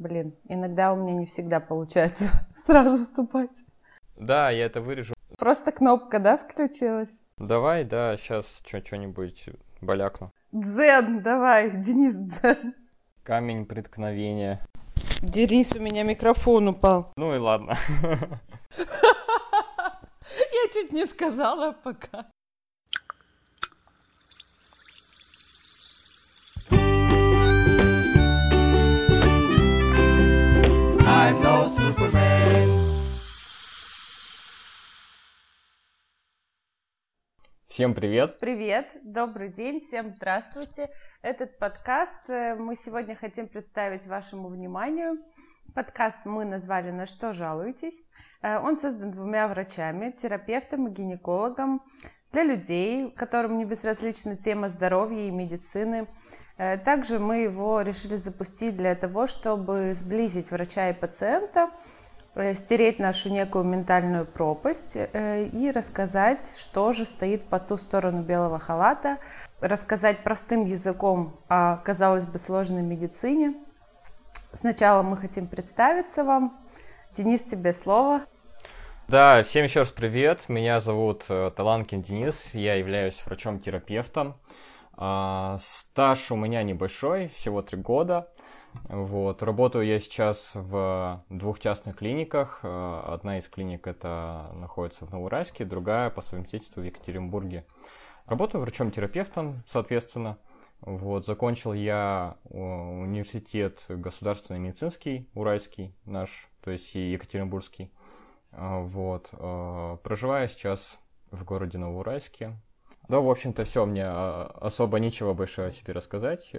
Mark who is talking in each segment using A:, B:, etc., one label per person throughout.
A: Блин, иногда у меня не всегда получается сразу вступать.
B: Да, я это вырежу.
A: Просто кнопка, да, включилась?
B: Давай, да, сейчас что-нибудь балякну.
A: Дзен, давай, Денис, дзен.
B: Камень преткновения.
A: Денис, у меня микрофон упал.
B: Ну и ладно.
A: Я чуть не сказала пока.
B: I'm no Superman. Всем привет.
A: Привет, добрый день, всем здравствуйте. Этот подкаст мы сегодня хотим представить вашему вниманию. Подкаст мы назвали «На что жалуетесь?». Он создан двумя врачами, терапевтом и гинекологом для людей, которым не безразлична тема здоровья и медицины. Также мы его решили запустить для того, чтобы сблизить врача и пациента, стереть нашу некую ментальную пропасть и рассказать, что же стоит по ту сторону белого халата, рассказать простым языком о, казалось бы, сложной медицине. Сначала мы хотим представиться вам. Денис, тебе слово.
B: Да, всем еще раз привет. Меня зовут Таланкин Денис, я являюсь врачом-терапевтом. Стаж у меня небольшой, всего 3 года. Вот. Работаю я сейчас в 2 частных клиниках. Одна из клиник находится в Новоуральске, другая по совместительству в Екатеринбурге. Работаю врачом-терапевтом, соответственно. Вот. Закончил я университет государственный медицинский, уральский наш, то есть и екатеринбургский. Вот. Проживаю сейчас в городе Новоуральске. Да, в общем-то, все, мне особо нечего больше о себе рассказать.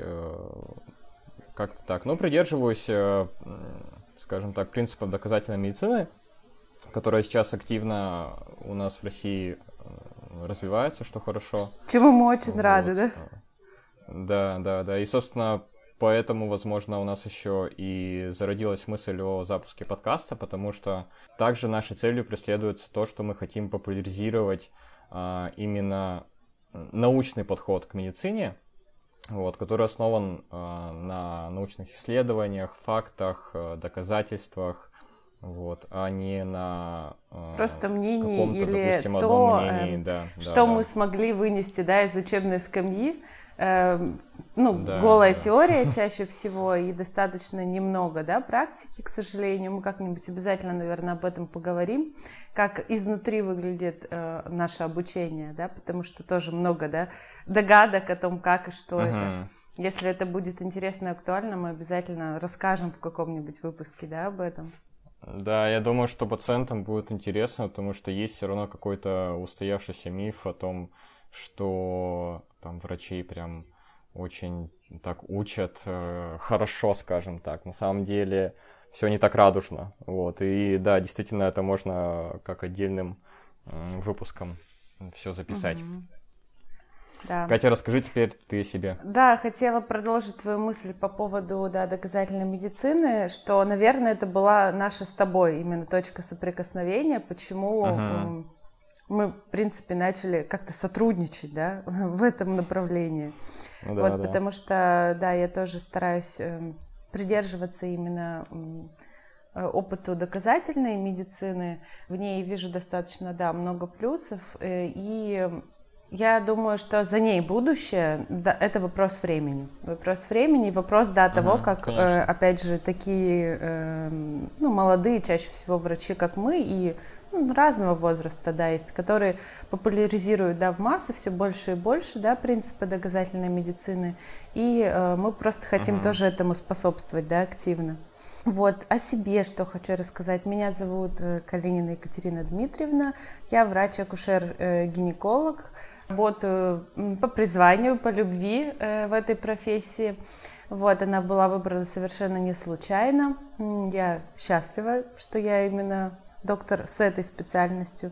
B: Как-то так. Ну, придерживаюсь, скажем так, принципов доказательной медицины, которая сейчас активно у нас в России развивается, что хорошо.
A: Чему мы очень рады, да?
B: Да. И, собственно, поэтому, возможно, у нас еще и зародилась мысль о запуске подкаста, потому что также нашей целью преследуется то, что мы хотим популяризировать именно научный подход к медицине, вот, который основан на научных исследованиях, фактах, доказательствах, вот, а не на
A: просто мнении
B: каком-то,
A: или
B: допустим,
A: то,
B: одном мнении,
A: что мы смогли вынести, да, из учебной скамьи.
B: Да,
A: голая
B: да.
A: теория чаще всего и достаточно немного, да, практики, к сожалению. Мы как-нибудь обязательно, наверное, об этом поговорим, как изнутри выглядит наше обучение, да, потому что тоже много, да, догадок о том, как и что это. Если это будет интересно и актуально, мы обязательно расскажем в каком-нибудь выпуске, да, об этом.
B: Да, я думаю, что пациентам будет интересно, потому что есть все равно какой-то устоявшийся миф о том, что там врачей прям очень так учат хорошо, скажем так. На самом деле все не так радужно. Вот. И да, действительно, это можно как отдельным выпуском все записать.
A: Да.
B: Катя, расскажи теперь ты о себе.
A: Да, хотела продолжить твою мысль по поводу, да, доказательной медицины, что, наверное, это была наша с тобой именно точка соприкосновения, почему мы, в принципе, начали как-то сотрудничать, да, в этом направлении.
B: Ну, да,
A: вот,
B: да.
A: Потому что, да, я тоже стараюсь придерживаться именно опыту доказательной медицины. В ней вижу достаточно, да, много плюсов, и я думаю, что за ней будущее, да, это вопрос времени. Вопрос времени, вопрос, да, того, как, опять же, такие, молодые, чаще всего врачи, как мы, и разного возраста, да, есть, которые популяризируют, да, в массы все больше и больше, да, принципы доказательной медицины, и мы просто хотим тоже этому способствовать, да, активно. Вот, о себе что хочу рассказать. Меня зовут Калинина Екатерина Дмитриевна, я врач-акушер-гинеколог, работаю по призванию, по любви в этой профессии. Вот, она была выбрана совершенно не случайно. Я счастлива, что я именно доктор с этой специальностью.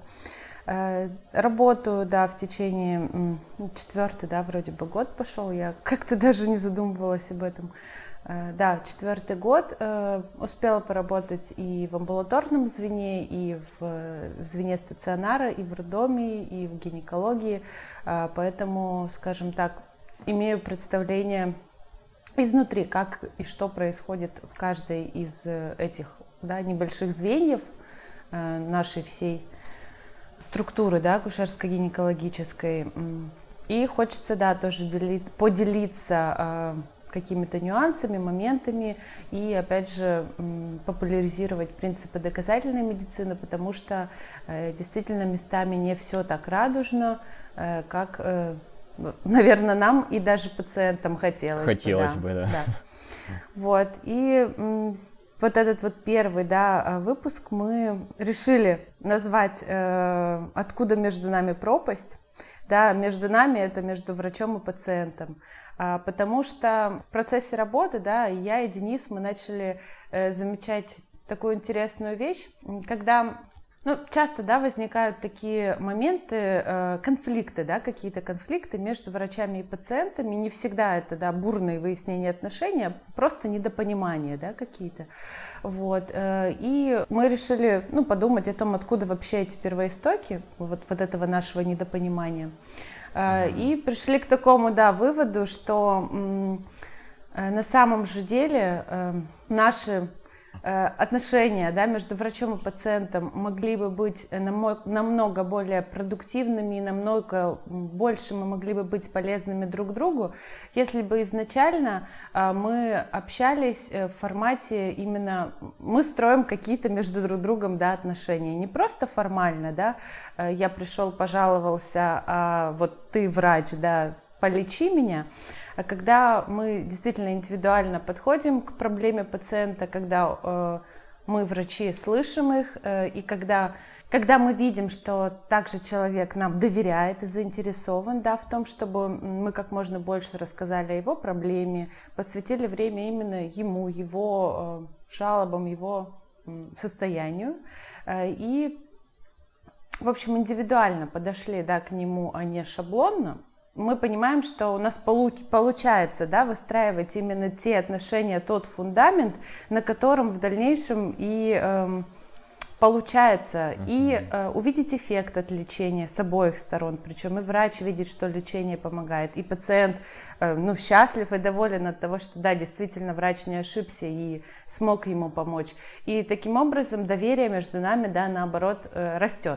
A: Работаю, да, в течение 4-й, да, вроде бы год пошел. Я как-то даже не задумывалась об этом. Да, 4-й год. Успела поработать и в амбулаторном звене, и в звене стационара, и в роддоме, и в гинекологии. Поэтому, скажем так, имею представление изнутри, как и что происходит в каждой из этих, да, небольших звеньев нашей всей структуры, да, акушерско-гинекологической. И хочется, да, тоже поделиться какими-то нюансами, моментами и, опять же, популяризировать принципы доказательной медицины, потому что действительно местами не все так радужно, как, наверное, нам и даже пациентам хотелось бы. Да. Вот, и вот этот вот первый, да, выпуск мы решили назвать «Откуда между нами пропасть?». Да, между нами — это между врачом и пациентом. Потому что в процессе работы, да, я и Денис, мы начали замечать такую интересную вещь, когда, ну, часто, да, возникают такие моменты, конфликты, да, какие-то конфликты между врачами и пациентами. Не всегда это, да, бурные выяснения отношений, а просто недопонимания, да, какие-то. Вот. И мы решили, ну, подумать о том, откуда вообще эти первоистоки вот этого нашего недопонимания. И пришли к такому, да, выводу, что на самом же деле наши отношения, да, между врачом и пациентом могли бы быть намного более продуктивными, намного больше мы могли бы быть полезными друг другу, если бы изначально мы общались в формате именно мы строим какие-то между друг другом, да, отношения, не просто формально, да, я пришел, пожаловался, а вот ты врач, да, полечи меня. А когда мы действительно индивидуально подходим к проблеме пациента, когда мы, врачи, слышим их, и когда мы видим, что также человек нам доверяет и заинтересован, да, в том, чтобы мы как можно больше рассказали о его проблеме, посвятили время именно ему, его жалобам, его состоянию, и, в общем, индивидуально подошли, да, к нему, а не шаблонно, мы понимаем, что у нас получается, да, выстраивать именно те отношения, тот фундамент, на котором в дальнейшем и получается и увидеть эффект от лечения с обоих сторон. Причем и врач видит, что лечение помогает, и пациент ну, счастлив и доволен от того, что да, действительно врач не ошибся и смог ему помочь. И таким образом доверие между нами, да, наоборот, растет.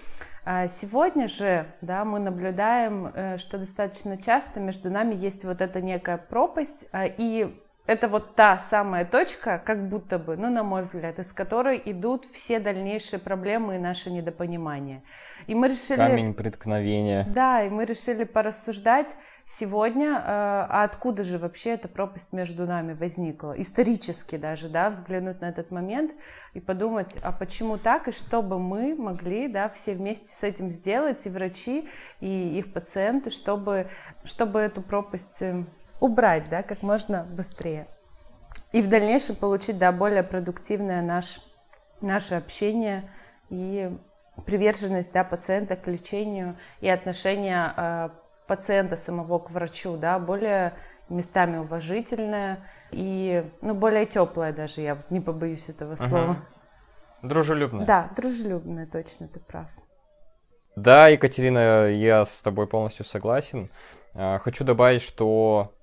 A: Сегодня же, да, мы наблюдаем, что достаточно часто между нами есть вот эта некая пропасть, и это вот та самая точка, как будто бы, ну, на мой взгляд, из которой идут все дальнейшие проблемы и наши недопонимания. И мы решили...
B: Камень преткновения.
A: Да, и мы решили порассуждать сегодня, а откуда же вообще эта пропасть между нами возникла, исторически даже, да, взглянуть на этот момент и подумать, а почему так, и что бы мы могли, да, все вместе с этим сделать, и врачи, и их пациенты, чтобы эту пропасть убрать, да, как можно быстрее. И в дальнейшем получить, да, более продуктивное наше общение и приверженность, да, пациента к лечению и отношение пациента самого к врачу, да, более местами уважительное и, ну, более теплое даже, я не побоюсь этого слова.
B: Дружелюбное.
A: Да, дружелюбное, точно, ты прав.
B: Да, Екатерина, я с тобой полностью согласен. Хочу добавить, что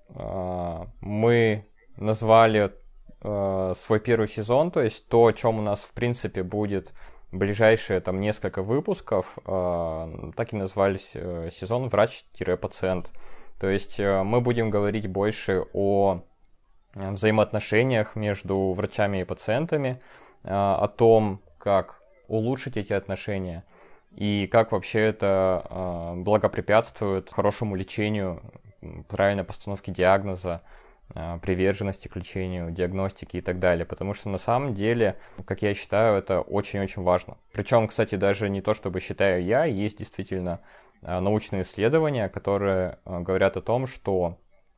B: мы назвали свой первый сезон, то есть то, о чем у нас, в принципе, будет ближайшие там несколько выпусков, так и назвались сезон «Врач-пациент». То есть мы будем говорить больше о взаимоотношениях между врачами и пациентами, о том, как улучшить эти отношения и как вообще это благоприятствует хорошему лечению, правильной постановке диагноза, приверженности к лечению, диагностике и так далее. Потому что на самом деле, как я считаю, это очень-очень важно. Причем, кстати, даже не то, чтобы считаю я, есть действительно научные исследования, которые говорят о том, что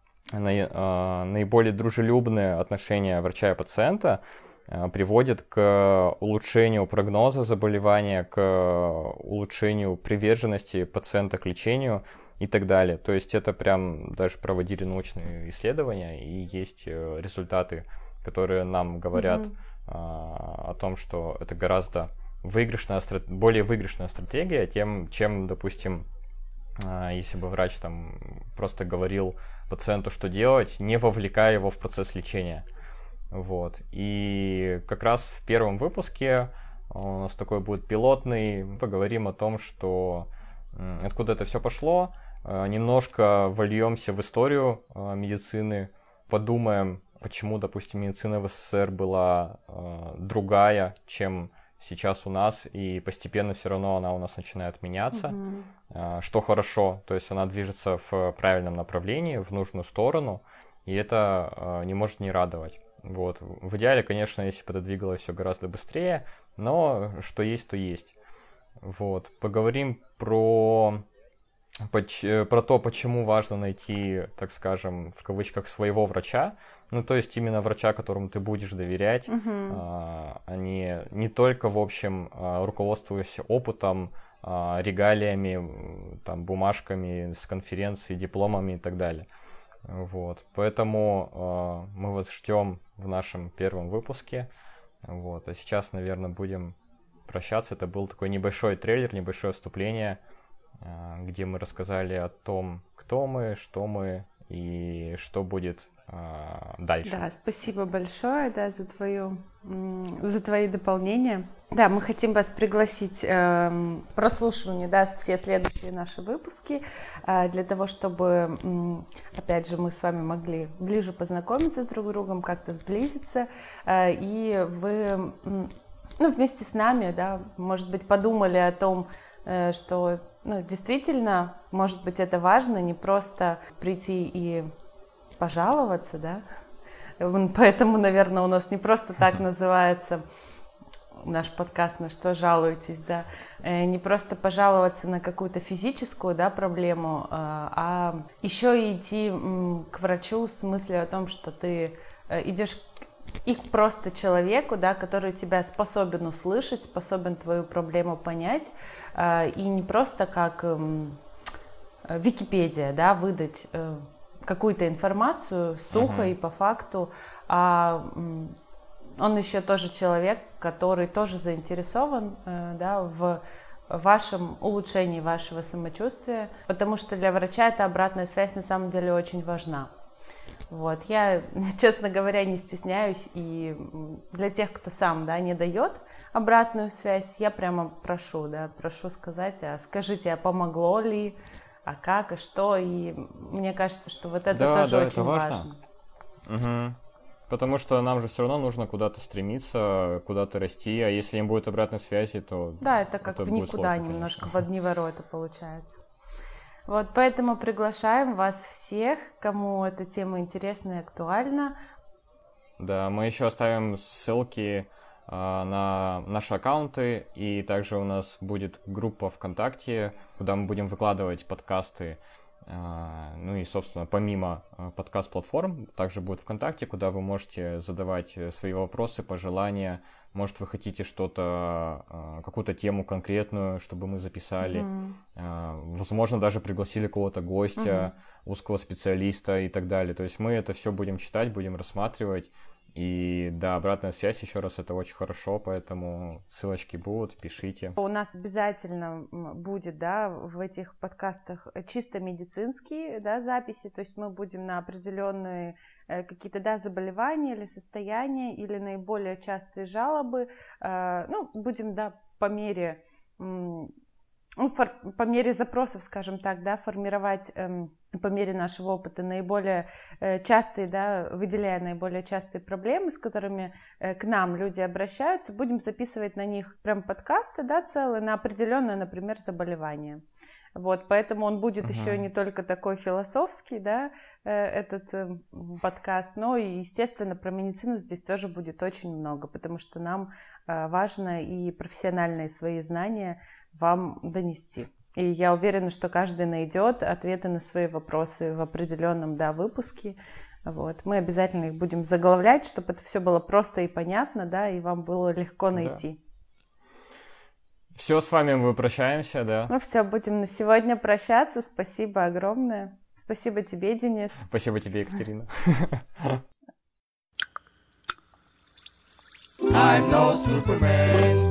B: наиболее дружелюбные отношения врача и пациента приводит к улучшению прогноза заболевания, к улучшению приверженности пациента к лечению и так далее. То есть это прям даже проводили научные исследования, и есть результаты, которые нам говорят о том, что это гораздо более выигрышная стратегия, чем, допустим, если бы врач там просто говорил пациенту, что делать, не вовлекая его в процесс лечения. Вот. И как раз в первом выпуске у нас такой будет пилотный, поговорим о том, что откуда это все пошло, немножко вольемся в историю медицины, подумаем, почему, допустим, медицина в СССР была другая, чем сейчас у нас, и постепенно все равно она у нас начинает меняться, что хорошо, то есть она движется в правильном направлении, в нужную сторону, и это не может не радовать. Вот. В идеале, конечно, если бы это двигалось все гораздо быстрее, но что есть, то есть. Вот. Поговорим про то, почему важно найти, так скажем, в кавычках, своего врача. Ну, то есть именно врача, которому ты будешь доверять, а не только, в общем, руководствуясь опытом, регалиями, там, бумажками с конференций, дипломами и так далее. Вот. Поэтому мы вас ждем в нашем первом выпуске. Вот. А сейчас, наверное, будем прощаться. Это был такой небольшой трейлер, небольшое вступление, где мы рассказали о том, кто мы, что мы и что будет дальше.
A: Да, спасибо большое, да, за твои дополнения. Да, мы хотим вас пригласить к прослушиванию, да, все следующие наши выпуски, для того, чтобы, опять же, мы с вами могли ближе познакомиться с друг другом, как-то сблизиться, и вы, вместе с нами, да, может быть, подумали о том, что, действительно, может быть, это важно, не просто прийти и пожаловаться, да, поэтому, наверное, у нас не просто так называется наш подкаст «На что жалуетесь», да, не просто пожаловаться на какую-то физическую, да, проблему, а еще и идти к врачу с мыслью о том, что ты идешь и к просто человеку, да, который тебя способен услышать, способен твою проблему понять, и не просто как Википедия, да, выдать какую-то информацию сухо и по факту, а он еще тоже человек, который тоже заинтересован, да, в вашем улучшении вашего самочувствия, потому что для врача эта обратная связь на самом деле очень важна. Вот. Я, честно говоря, не стесняюсь, и для тех, кто сам, да, не дает обратную связь, я прямо прошу сказать, скажите, помогло ли, а как, и что, и мне кажется, что вот это тоже очень
B: это важно. Угу. Потому что нам же все равно нужно куда-то стремиться, куда-то расти, а если не будет обратной связи, то...
A: Да, это как в никуда сложно, немножко, в одни ворота получается. Вот, поэтому приглашаем вас всех, кому эта тема интересна и актуальна.
B: Да, мы еще оставим ссылки на наши аккаунты, и также у нас будет группа ВКонтакте, куда мы будем выкладывать подкасты. Ну и, собственно, помимо подкаст-платформ, также будет ВКонтакте, куда вы можете задавать свои вопросы, пожелания. Может, вы хотите что-то, какую-то тему конкретную, чтобы мы записали. Возможно, даже пригласили какого-то гостя, узкого специалиста и так далее. То есть мы это все будем читать, будем рассматривать. И да, обратная связь, еще раз, это очень хорошо, поэтому ссылочки будут, пишите.
A: У нас обязательно будет, да, в этих подкастах чисто медицинские, да, записи, то есть мы будем на определенные какие-то, да, заболевания или состояния, или наиболее частые жалобы, будем, да, по мере запросов, скажем так, да, формировать по мере нашего опыта наиболее частые, да, выделяя наиболее частые проблемы, с которыми к нам люди обращаются, будем записывать на них прям подкасты, да, целые, на определенное, например, заболевание. Вот, поэтому он будет еще не только такой философский, да, этот подкаст, но и, естественно, про медицину здесь тоже будет очень много, потому что нам важно и профессиональные свои знания вам донести. И я уверена, что каждый найдет ответы на свои вопросы в определенном, да, выпуске. Вот. Мы обязательно их будем заглавлять, чтобы это все было просто и понятно, да, и вам было легко найти.
B: Да. Все, с вами мы прощаемся, да.
A: Ну все, будем на сегодня прощаться. Спасибо огромное. Спасибо тебе, Денис.
B: Спасибо тебе, Екатерина.
C: I'm no Superman.